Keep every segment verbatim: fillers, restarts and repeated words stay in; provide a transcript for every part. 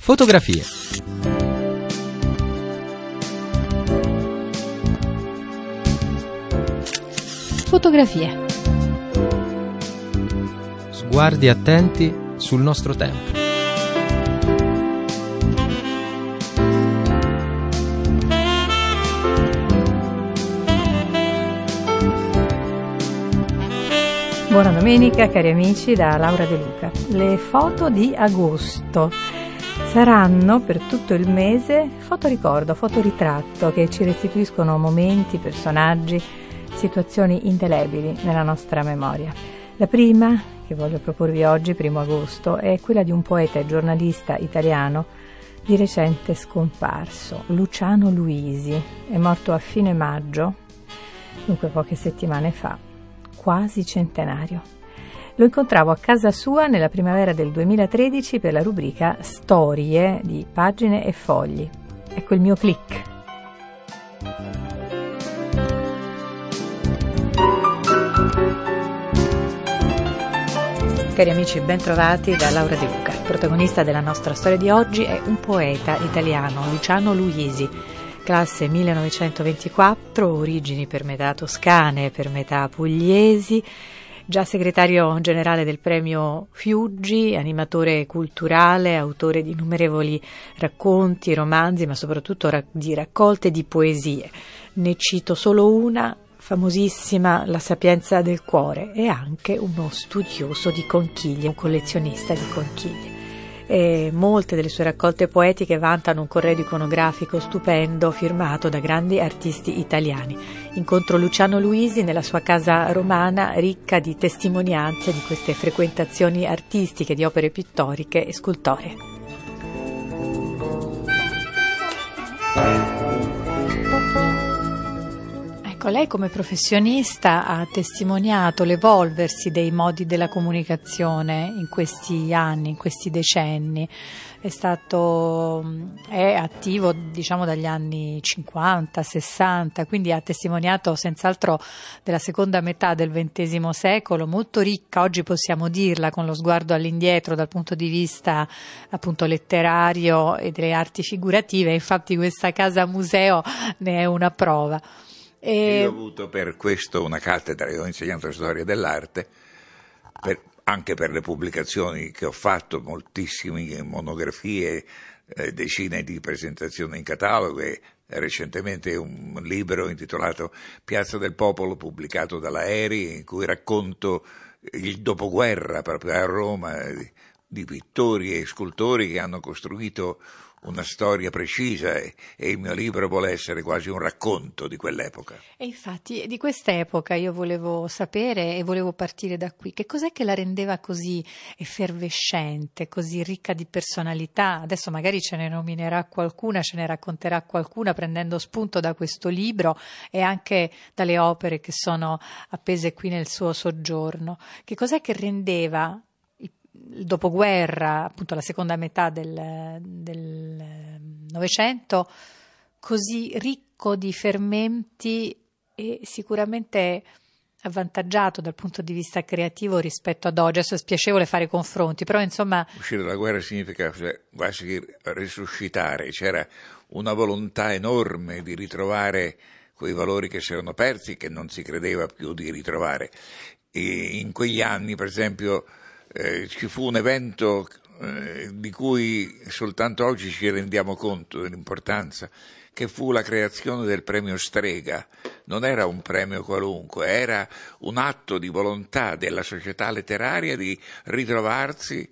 Fotografie. Fotografie. Sguardi attenti sul nostro tempo. Buona domenica cari amici da Laura De Luca. Le foto di agosto saranno per tutto il mese fotoricordo, fotoritratto che ci restituiscono momenti, personaggi, situazioni indelebili nella nostra memoria. La prima che voglio proporvi oggi, primo agosto, è quella di un poeta e giornalista italiano di recente scomparso, Luciano Luisi. È morto a fine maggio, dunque poche settimane fa, quasi centenario. Lo incontravo a casa sua nella primavera del duemilatredici per la rubrica Storie di Pagine e Fogli. Ecco il mio click. Cari amici, ben trovati da Laura De Luca. Il protagonista della nostra storia di oggi è un poeta italiano, Luciano Luisi, classe millenovecentoventiquattro, origini per metà toscane, per metà pugliesi, già segretario generale del premio Fiuggi, animatore culturale, autore di innumerevoli racconti, romanzi, ma soprattutto di raccolte di poesie. Ne cito solo una, famosissima, La sapienza del cuore, e anche uno studioso di conchiglie, un collezionista di conchiglie. E molte delle sue raccolte poetiche vantano un corredo iconografico stupendo firmato da grandi artisti italiani. Incontro Luciano Luisi nella sua casa romana ricca di testimonianze di queste frequentazioni artistiche, di opere pittoriche e scultoree. Ecco, lei come professionista ha testimoniato l'evolversi dei modi della comunicazione in questi anni, in questi decenni. È stato, è attivo diciamo dagli anni cinquanta, sessanta, quindi ha testimoniato senz'altro della seconda metà del ventesimo secolo, molto ricca, oggi possiamo dirla con lo sguardo all'indietro dal punto di vista appunto letterario e delle arti figurative, infatti questa casa museo ne è una prova. E... Io ho avuto per questo una cattedra, io ho insegnato storia dell'arte, per, anche per le pubblicazioni che ho fatto, moltissime monografie, eh, decine di presentazioni in catalogo e recentemente un libro intitolato Piazza del Popolo, pubblicato dalla Eri, in cui racconto il dopoguerra proprio a Roma di, di pittori e scultori che hanno costruito una storia precisa e, e il mio libro vuole essere quasi un racconto di quell'epoca. E infatti di quest'epoca io volevo sapere e volevo partire da qui. Che cos'è che la rendeva così effervescente, così ricca di personalità? Adesso magari ce ne nominerà qualcuna, ce ne racconterà qualcuna prendendo spunto da questo libro e anche dalle opere che sono appese qui nel suo soggiorno. Che cos'è che rendeva il dopoguerra, appunto la seconda metà del, del Novecento, così ricco di fermenti e sicuramente avvantaggiato dal punto di vista creativo rispetto ad oggi? Adesso è spiacevole fare confronti, però insomma... Uscire dalla guerra significa quasi che risuscitare, c'era una volontà enorme di ritrovare quei valori che si erano persi, che non si credeva più di ritrovare. E in quegli anni, per esempio, Eh, ci fu un evento eh, di cui soltanto oggi ci rendiamo conto dell'importanza, che fu la creazione del premio Strega. Non era un premio qualunque, era un atto di volontà della società letteraria di ritrovarsi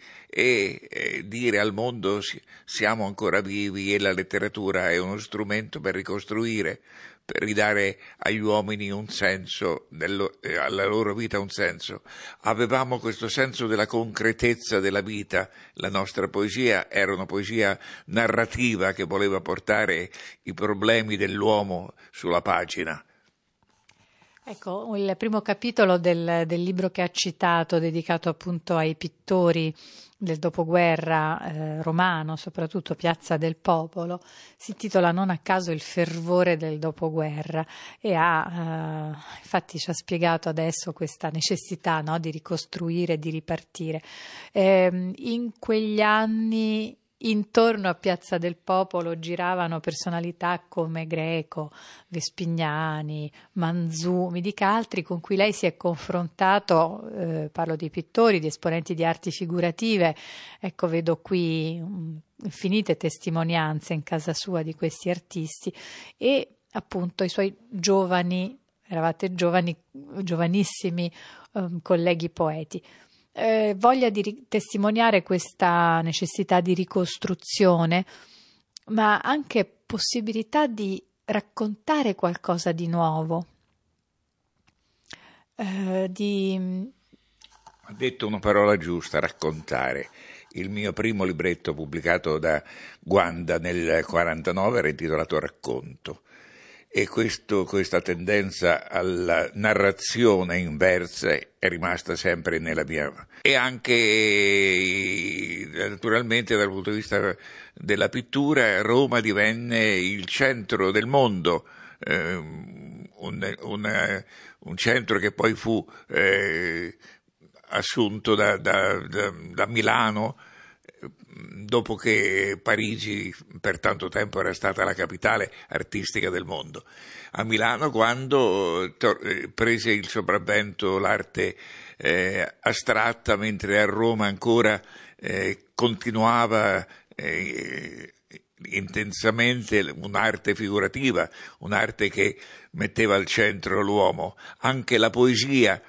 e eh, dire al mondo siamo ancora vivi e la letteratura è uno strumento per ricostruire, per ridare agli uomini un senso, dello, eh, alla loro vita un senso. Avevamo questo senso della concretezza della vita, la nostra poesia era una poesia narrativa che voleva portare i problemi dell'uomo sulla pagina. Ecco, il primo capitolo del, del libro che ha citato, dedicato appunto ai pittori del dopoguerra eh, romano, soprattutto Piazza del Popolo, si intitola non a caso Il fervore del dopoguerra e ha, eh, infatti ci ha spiegato adesso questa necessità, no, di ricostruire, di ripartire. Eh, in quegli anni intorno a Piazza del Popolo giravano personalità come Greco, Vespignani, Manzù, mi dica altri con cui lei si è confrontato, eh, parlo di pittori, di esponenti di arti figurative. Ecco, vedo qui um, infinite testimonianze in casa sua di questi artisti e appunto i suoi giovani, eravate giovani, giovanissimi um, colleghi poeti. Eh, voglia di ri- testimoniare questa necessità di ricostruzione, ma anche possibilità di raccontare qualcosa di nuovo. Eh, di... Ha detto una parola giusta, raccontare. Il mio primo libretto pubblicato da Guanda nel quarantanove era intitolato Racconto. E questo, questa tendenza alla narrazione inversa è rimasta sempre nella mia. E anche naturalmente dal punto di vista della pittura Roma divenne il centro del mondo, eh, un, un, un centro che poi fu eh, assunto da, da, da, da Milano, dopo che Parigi per tanto tempo era stata la capitale artistica del mondo. A Milano, quando prese il sopravvento l'arte eh, astratta, mentre a Roma ancora eh, continuava eh, intensamente un'arte figurativa, un'arte che metteva al centro l'uomo. Anche la poesia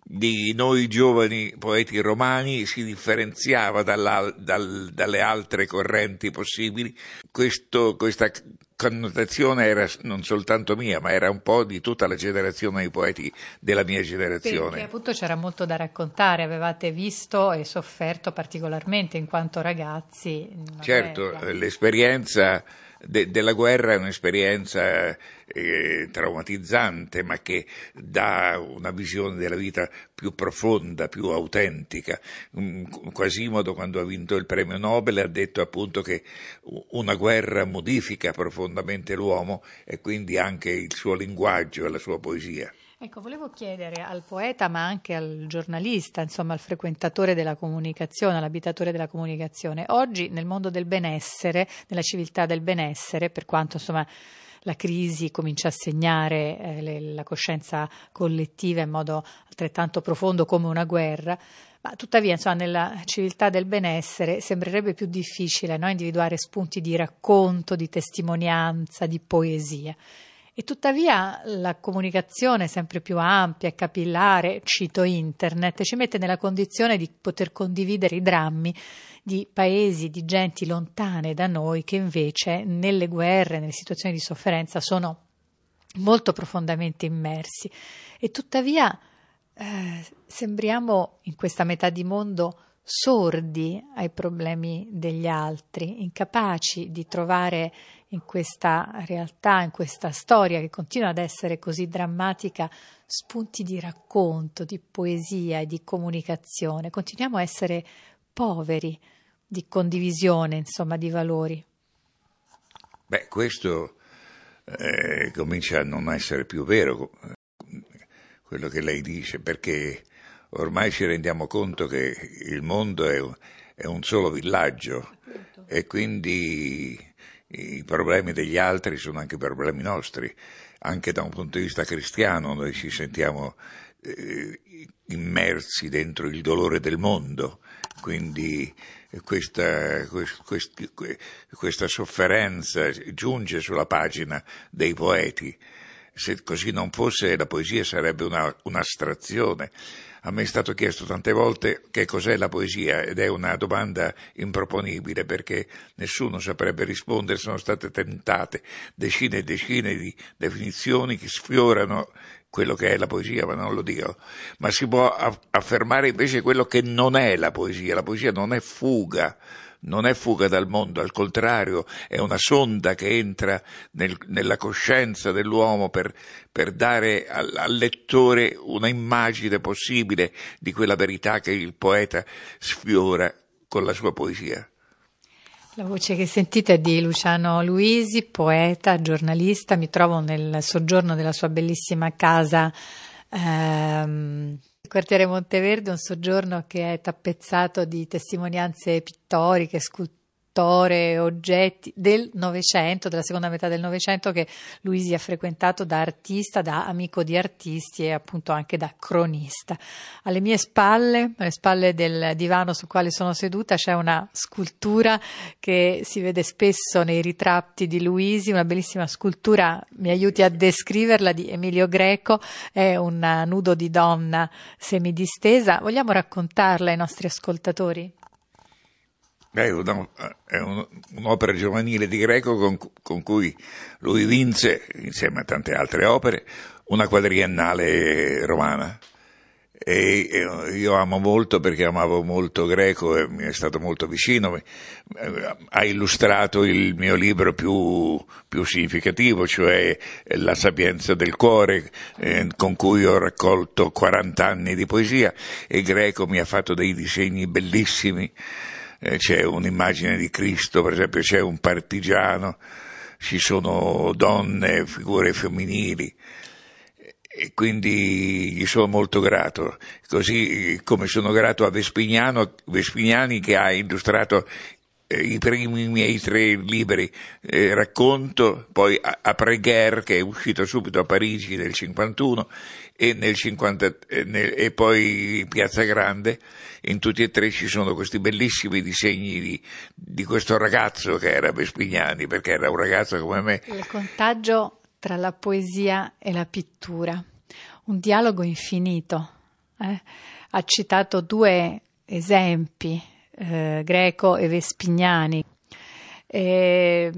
di noi giovani poeti romani si differenziava dalla, dal, dalle altre correnti possibili. Questo, questa connotazione era non soltanto mia, ma era un po' di tutta la generazione di poeti della mia generazione. Perché appunto c'era molto da raccontare, avevate visto e sofferto particolarmente in quanto ragazzi. Certo, guerra. L'esperienza de, della guerra è un'esperienza eh, traumatizzante, ma che dà una visione della vita più profonda, più autentica. Quasimodo, quando ha vinto il premio Nobel, ha detto appunto che una guerra modifica profondamente l'uomo e quindi anche il suo linguaggio e la sua poesia. Ecco, volevo chiedere al poeta, ma anche al giornalista, insomma al frequentatore della comunicazione, all'abitatore della comunicazione, oggi nel mondo del benessere, nella civiltà del benessere, per quanto insomma la crisi comincia a segnare eh, le, la coscienza collettiva in modo altrettanto profondo come una guerra, ma tuttavia insomma nella civiltà del benessere sembrerebbe più difficile, no, individuare spunti di racconto, di testimonianza, di poesia. E tuttavia la comunicazione sempre più ampia e capillare, cito internet, ci mette nella condizione di poter condividere i drammi di paesi, di genti lontane da noi che invece nelle guerre, nelle situazioni di sofferenza sono molto profondamente immersi. E tuttavia eh, sembriamo in questa metà di mondo sordi ai problemi degli altri, incapaci di trovare in questa realtà, in questa storia che continua ad essere così drammatica, spunti di racconto, di poesia e di comunicazione. Continuiamo a essere poveri di condivisione, insomma, di valori. Beh, questo eh, comincia a non essere più vero, quello che lei dice, perché ormai ci rendiamo conto che il mondo è un, è un solo villaggio e quindi i problemi degli altri sono anche problemi nostri. Anche da un punto di vista cristiano noi ci sentiamo eh, immersi dentro il dolore del mondo, quindi questa, quest, questa sofferenza giunge sulla pagina dei poeti. Se così non fosse, la poesia sarebbe una, un'astrazione. A me è stato chiesto tante volte che cos'è la poesia ed è una domanda improponibile perché nessuno saprebbe rispondere. Sono state tentate decine e decine di definizioni che sfiorano quello che è la poesia, ma non lo dico. Ma si può affermare invece quello che non è la poesia. La poesia non è fuga. Non è fuga dal mondo, al contrario, è una sonda che entra nel, nella coscienza dell'uomo per, per dare al, al lettore una immagine possibile di quella verità che il poeta sfiora con la sua poesia. La voce che sentite è di Luciano Luisi, poeta, giornalista. Mi trovo nel soggiorno della sua bellissima casa ehm, quartiere Monteverde, un soggiorno che è tappezzato di testimonianze pittoriche, sculture scultore, oggetti del Novecento, della seconda metà del Novecento, che Luisi ha frequentato da artista, da amico di artisti e appunto anche da cronista. Alle mie spalle, alle spalle del divano sul quale sono seduta, c'è una scultura che si vede spesso nei ritratti di Luisi, una bellissima scultura, mi aiuti a descriverla, di Emilio Greco, è un nudo di donna semidistesa. Vogliamo raccontarla ai nostri ascoltatori? È, una, è un, un'opera giovanile di Greco con, con cui lui vinse, insieme a tante altre opere, una quadriennale romana. E, e io amo molto, perché amavo molto Greco e mi è stato molto vicino. Ha illustrato il mio libro più, più significativo, cioè La sapienza del cuore, eh, con cui ho raccolto quaranta anni di poesia, e Greco mi ha fatto dei disegni bellissimi. Eh, c'è un'immagine di Cristo, per esempio, c'è un partigiano, ci sono donne, figure femminili, e quindi gli sono molto grato, così come sono grato a Vespignano, Vespignani, che ha illustrato eh, i primi miei tre libri, eh, racconto, poi a, a Préguerre, che è uscito subito a Parigi nel cinquantuno, e nel cinquanta, eh, nel, e poi Piazza Grande. In tutti e tre ci sono questi bellissimi disegni di, di questo ragazzo che era Vespignani, perché era un ragazzo come me. Il contagio tra la poesia e la pittura, un dialogo infinito. Eh? Ha citato due esempi, eh, Greco e Vespignani. E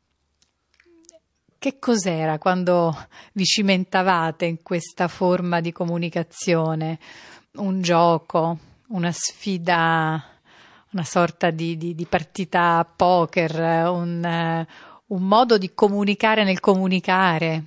che cos'era quando vi cimentavate in questa forma di comunicazione? Un gioco, una sfida, una sorta di, di, di partita a poker, un, uh, un modo di comunicare nel comunicare?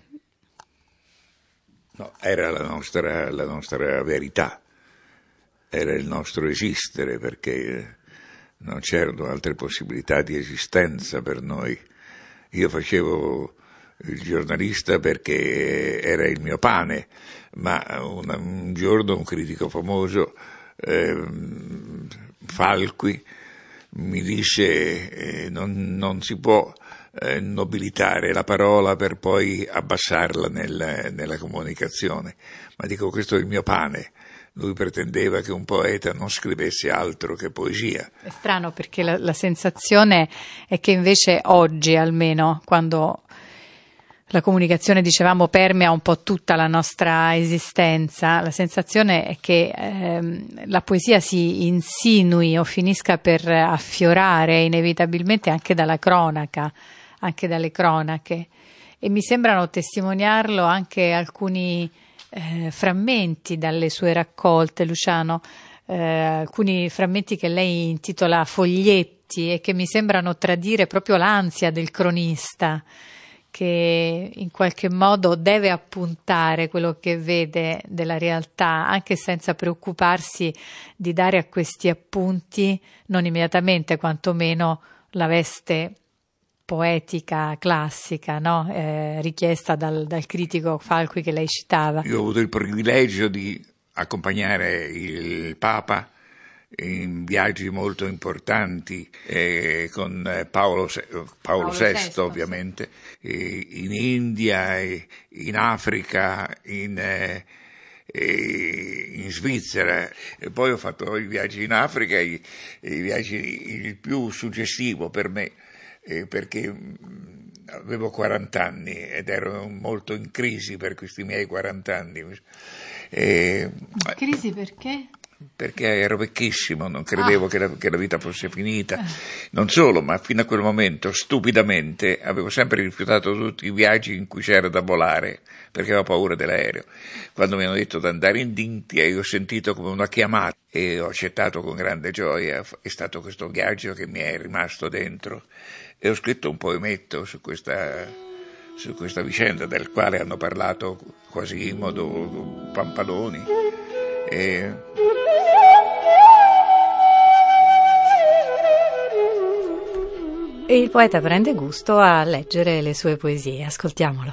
No, era la nostra, la nostra verità, era il nostro esistere, perché non c'erano altre possibilità di esistenza per noi. Io facevo il giornalista perché era il mio pane, ma un, un giorno un critico famoso, eh, Falqui, mi disse eh, non, non si può eh, nobilitare la parola per poi abbassarla nel, nella comunicazione, ma dico, questo è il mio pane. Lui pretendeva che un poeta non scrivesse altro che poesia. È strano, perché la, la sensazione è che invece oggi, almeno, quando la comunicazione, dicevamo, permea un po' tutta la nostra esistenza, la sensazione è che ehm, la poesia si insinui o finisca per affiorare inevitabilmente anche dalla cronaca, anche dalle cronache, e mi sembrano testimoniarlo anche alcuni eh, frammenti dalle sue raccolte, Luciano, eh, alcuni frammenti che lei intitola Foglietti e che mi sembrano tradire proprio l'ansia del cronista, che in qualche modo deve appuntare quello che vede della realtà, anche senza preoccuparsi di dare a questi appunti, non immediatamente quantomeno, la veste poetica classica, no? eh, richiesta dal, dal critico Falqui che lei citava. Io ho avuto il privilegio di accompagnare il Papa in viaggi molto importanti, eh, con Paolo, Paolo, Paolo sesto, ovviamente, eh, in India, eh, in Africa, in, eh, in Svizzera. E poi ho fatto i viaggi in Africa, i, i viaggi il più suggestivo per me, eh, perché avevo quaranta anni ed ero molto in crisi per questi miei quaranta anni. Eh, in crisi perché? Perché ero vecchissimo, non credevo ah. che, la, che la vita fosse finita. Non solo, ma fino a quel momento, stupidamente, avevo sempre rifiutato tutti i viaggi in cui c'era da volare, perché avevo paura dell'aereo. Quando mi hanno detto di andare in India, io ho sentito come una chiamata e ho accettato con grande gioia. È stato questo viaggio che mi è rimasto dentro, e ho scritto un poemetto su questa, su questa vicenda, del quale hanno parlato Quasimodo, Pampaloni. E E il poeta prende gusto a leggere le sue poesie. Ascoltiamolo.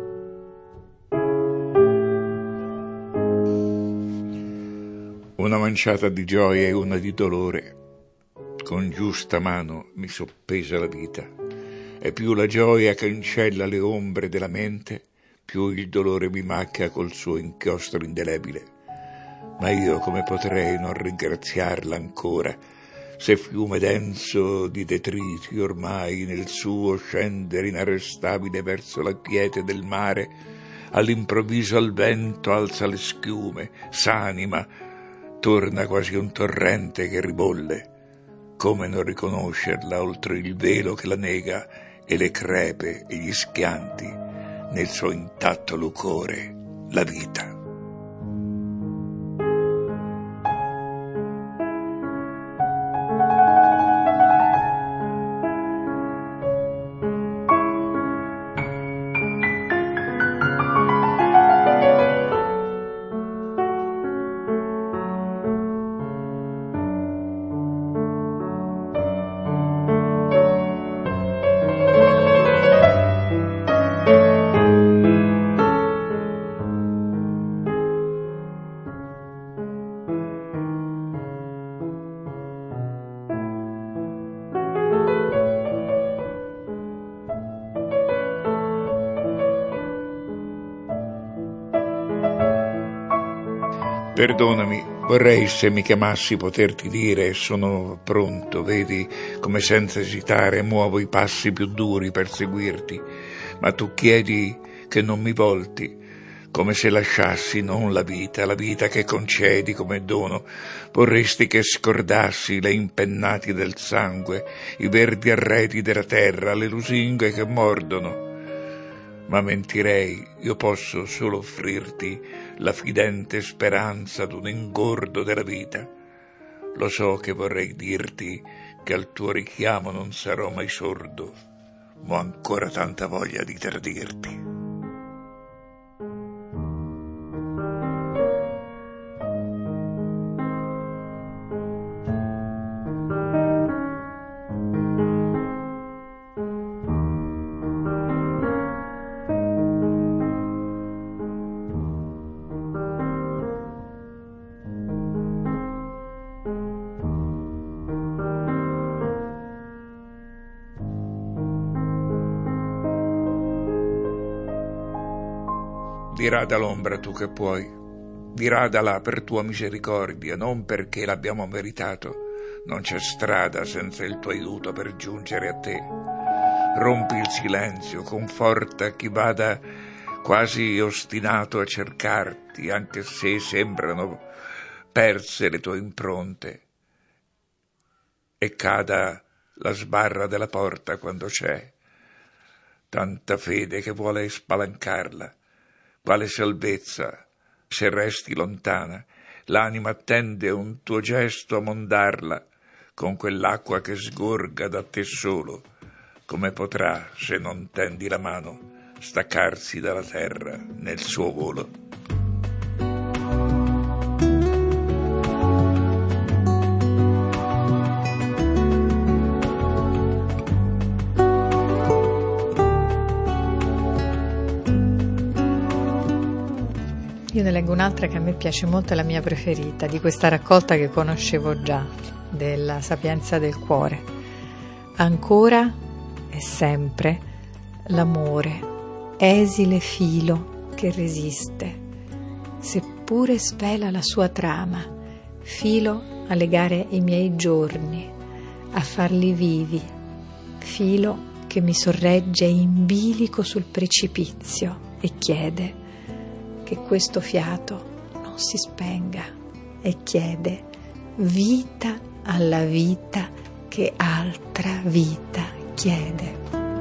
Una manciata di gioia e una di dolore. Con giusta mano mi soppesa la vita, e più la gioia cancella le ombre della mente, più il dolore mi macchia col suo inchiostro indelebile. Ma io come potrei non ringraziarla ancora, se fiume denso di detriti ormai nel suo scendere inarrestabile verso la quiete del mare, all'improvviso al vento alza le schiume, s'anima, torna quasi un torrente che ribolle. Come non riconoscerla oltre il velo che la nega e le crepe e gli schianti nel suo intatto lucore, la vita. Perdonami, vorrei se mi chiamassi poterti dire sono pronto, vedi come senza esitare muovo i passi più duri per seguirti, ma tu chiedi che non mi volti, come se lasciassi non la vita, la vita che concedi come dono, vorresti che scordassi le impennati del sangue, i verdi arredi della terra, le lusinghe che mordono. Ma mentirei, io posso solo offrirti la fidente speranza d'un ingordo della vita. Lo so che vorrei dirti che al tuo richiamo non sarò mai sordo, ma ho ancora tanta voglia di tradirti. Dirada l'ombra tu che puoi, diradala per tua misericordia, non perché l'abbiamo meritato, non c'è strada senza il tuo aiuto per giungere a te. Rompi il silenzio, conforta chi vada quasi ostinato a cercarti, anche se sembrano perse le tue impronte, e cada la sbarra della porta quando c'è tanta fede che vuole spalancarla. Quale salvezza se resti lontana, l'anima attende un tuo gesto a mondarla con quell'acqua che sgorga da te solo. Come potrà, se non tendi la mano, staccarsi dalla terra nel suo volo? Io ne leggo un'altra che a me piace molto, è la mia preferita, di questa raccolta che conoscevo già, della Sapienza del cuore. Ancora e sempre l'amore, esile filo che resiste, seppure svela la sua trama, filo a legare i miei giorni, a farli vivi, filo che mi sorregge in bilico sul precipizio e chiede che questo fiato non si spenga, e chiede vita alla vita che altra vita chiede.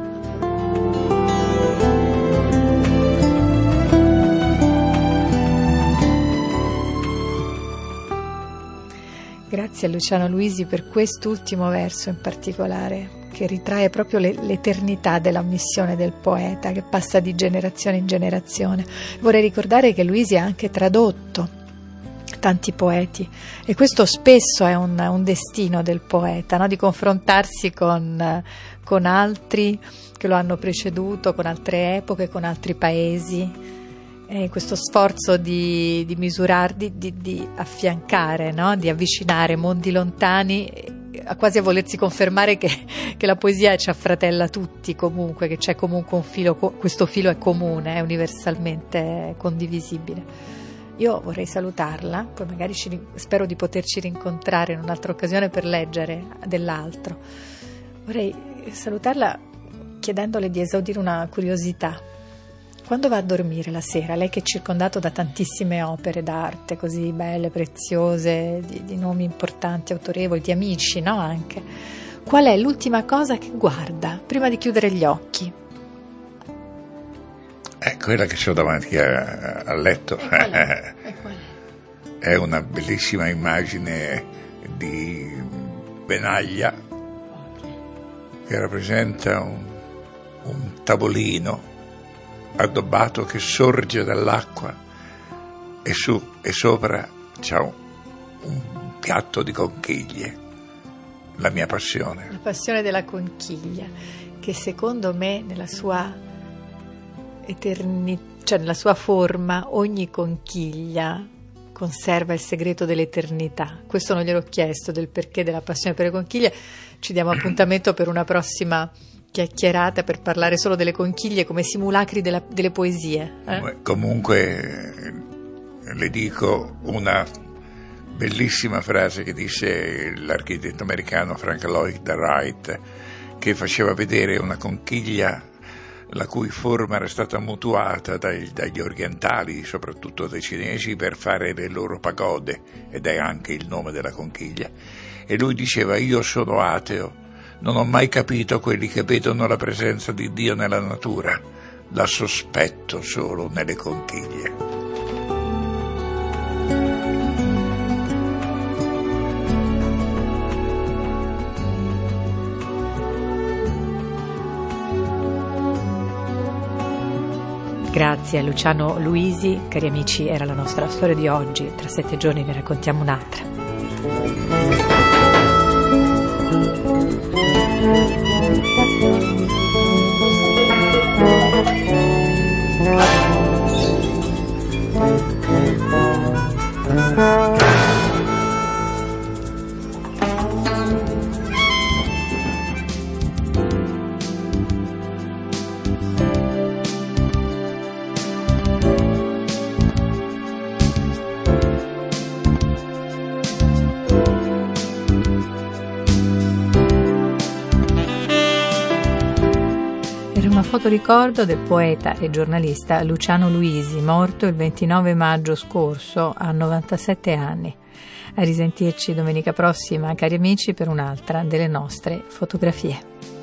Grazie a Luciano Luisi per quest'ultimo verso in particolare, che ritrae proprio le, l'eternità della missione del poeta, che passa di generazione in generazione. Vorrei ricordare che Luisi ha anche tradotto tanti poeti, e questo spesso è un, un destino del poeta, no? Di confrontarsi con, con altri che lo hanno preceduto, con altre epoche, con altri paesi, E questo sforzo di, di misurare, di, di, di affiancare, no? Di avvicinare mondi lontani, a quasi a volersi confermare che, che la poesia ci affratella tutti comunque, che c'è comunque un filo, questo filo è comune, è universalmente condivisibile. Io vorrei salutarla, poi magari ci, spero di poterci rincontrare in un'altra occasione per leggere dell'altro. Vorrei salutarla chiedendole di esaudire una curiosità. Quando va a dormire la sera, lei che è circondato da tantissime opere d'arte così belle, preziose, di, di nomi importanti, autorevoli, di amici, no? Anche. Qual è l'ultima cosa che guarda prima di chiudere gli occhi? È quella che ho davanti a, a letto. E qual è? E qual è? È una bellissima immagine di Benaglia che rappresenta un, un tavolino addobbato che sorge dall'acqua e su e sopra c'è un, un piatto di conchiglie, la mia passione. La passione della conchiglia, che secondo me nella sua eternità, cioè nella sua forma, ogni conchiglia conserva il segreto dell'eternità. Questo non gliel'ho chiesto, del perché della passione per le conchiglie. Ci diamo appuntamento per una prossima chiacchierata per parlare solo delle conchiglie come simulacri della, delle poesie. Eh? Comunque le dico una bellissima frase che disse l'architetto americano Frank Lloyd Wright, che faceva vedere una conchiglia la cui forma era stata mutuata dai, dagli orientali, soprattutto dai cinesi, per fare le loro pagode, ed è anche il nome della conchiglia. E lui diceva: io sono ateo, non ho mai capito quelli che vedono la presenza di Dio nella natura, la sospetto solo nelle conchiglie. Grazie a Luciano Luisi. Cari amici, era la nostra storia di oggi. Tra sette giorni vi raccontiamo un'altra. Fotoricordo del poeta e giornalista Luciano Luisi, morto il ventinove maggio scorso a novantasette anni. A risentirci domenica prossima, cari amici, per un'altra delle nostre fotografie.